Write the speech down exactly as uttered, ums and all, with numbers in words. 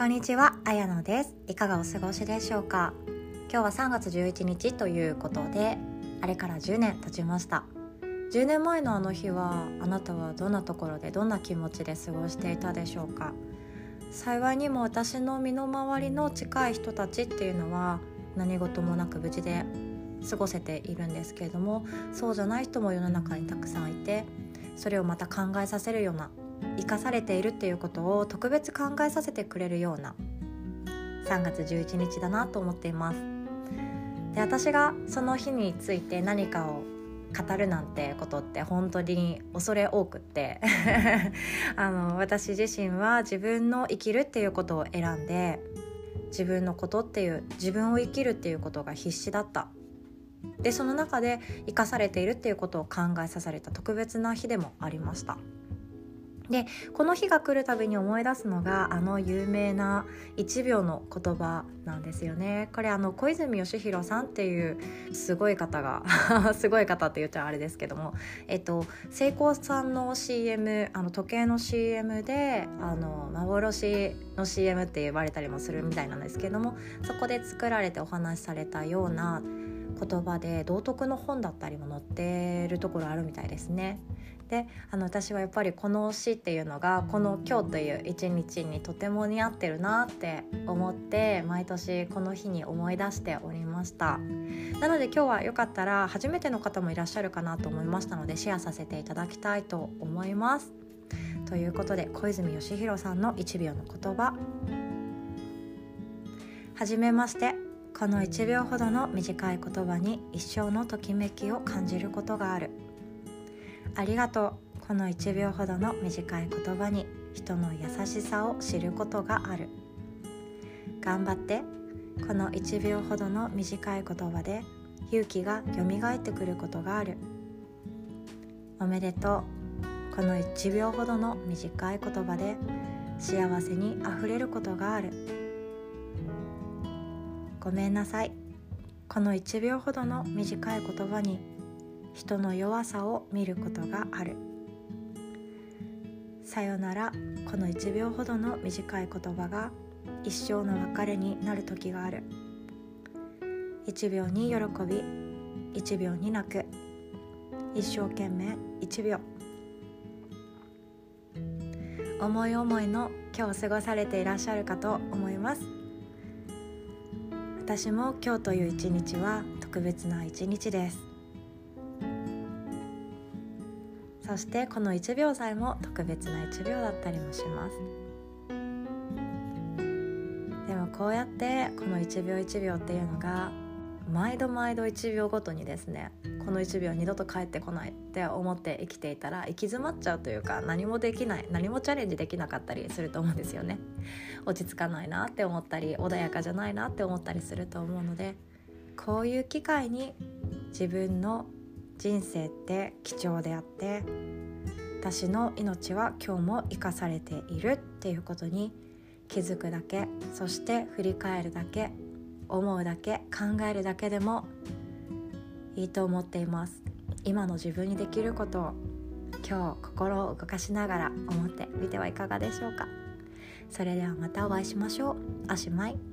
こんにちは、あやのです。いかがお過ごしでしょうか。今日はさんがつじゅういちにちということで、あれからじゅうねん経ちました。じゅうねんまえのあの日は、あなたはどんなところでどんな気持ちで過ごしていたでしょうか。幸いにも私の身の回りの近い人たちっていうのは何事もなく無事で過ごせているんですけれども、そうじゃない人も世の中にたくさんいて、それをまた考えさせるような、生かされているっていうことを特別考えさせてくれるようなさんがつじゅういちにちだなと思っています。で、私がその日について何かを語るなんてことって本当に恐れ多くってあの私自身は自分の生きるっていうことを選んで、自分のことっていう自分を生きるっていうことが必死だった。で、その中で生かされているっていうことを考えさせられた特別な日でもありました。で、この日が来るたびに思い出すのがあの有名ないちびょうの言葉なんですよね。これあの小泉義弘さんっていうすごい方がすごい方って言っちゃあれですけども、えっとセイコーさんの シーエム、あの時計の シーエム であの幻の シーエム って言われたりもするみたいなんですけども、そこで作られてお話しされたような言葉で道徳の本だったりも載ってるところあるみたいですね。で、あの私はやっぱりこの詩っていうのがこの今日という一日にとても似合ってるなって思って、毎年この日に思い出しておりました。なので今日はよかったら初めての方もいらっしゃるかなと思いましたので、シェアさせていただきたいと思います。ということで、小泉義弘さんのいちびょうの言葉。はじめまして。このいちびょうほどの短い言葉に一生のときめきを感じることがある。ありがとう。このいちびょうほどの短い言葉に人の優しさを知ることがある。頑張って。このいちびょうほどの短い言葉で勇気がよみがえってくることがある。おめでとう。このいちびょうほどの短い言葉で幸せにあふれることがある。ごめんなさい。このいちびょうほどの短い言葉に人の弱さを見ることがある。さよなら。このいちびょうほどの短い言葉が一生の別れになる時がある。いちびょうに喜び、いちびょうに泣く。一生懸命いちびょう。思い思いの今日を過ごされていらっしゃるかと思います。私も今日という一日は特別な一日です。そしてこのいちびょうさえも特別ないちびょうだったりもします。でもこうやってこのいちびょういちびょうっていうのが毎度毎度いちびょうごとにですね、このいちびょう二度と帰ってこないって思って生きていたら行き詰まっちゃうというか、何もできない、何もチャレンジできなかったりすると思うんですよね。落ち着かないなって思ったり、穏やかじゃないなって思ったりすると思うので、こういう機会に自分の人生って貴重であって、私の命は今日も生かされているっていうことに気づくだけ、そして振り返るだけ、思うだけ、考えるだけでもいいと思っています。今の自分にできることを今日心を動かしながら思ってみてはいかがでしょうか。それではまたお会いしましょう。おしまい。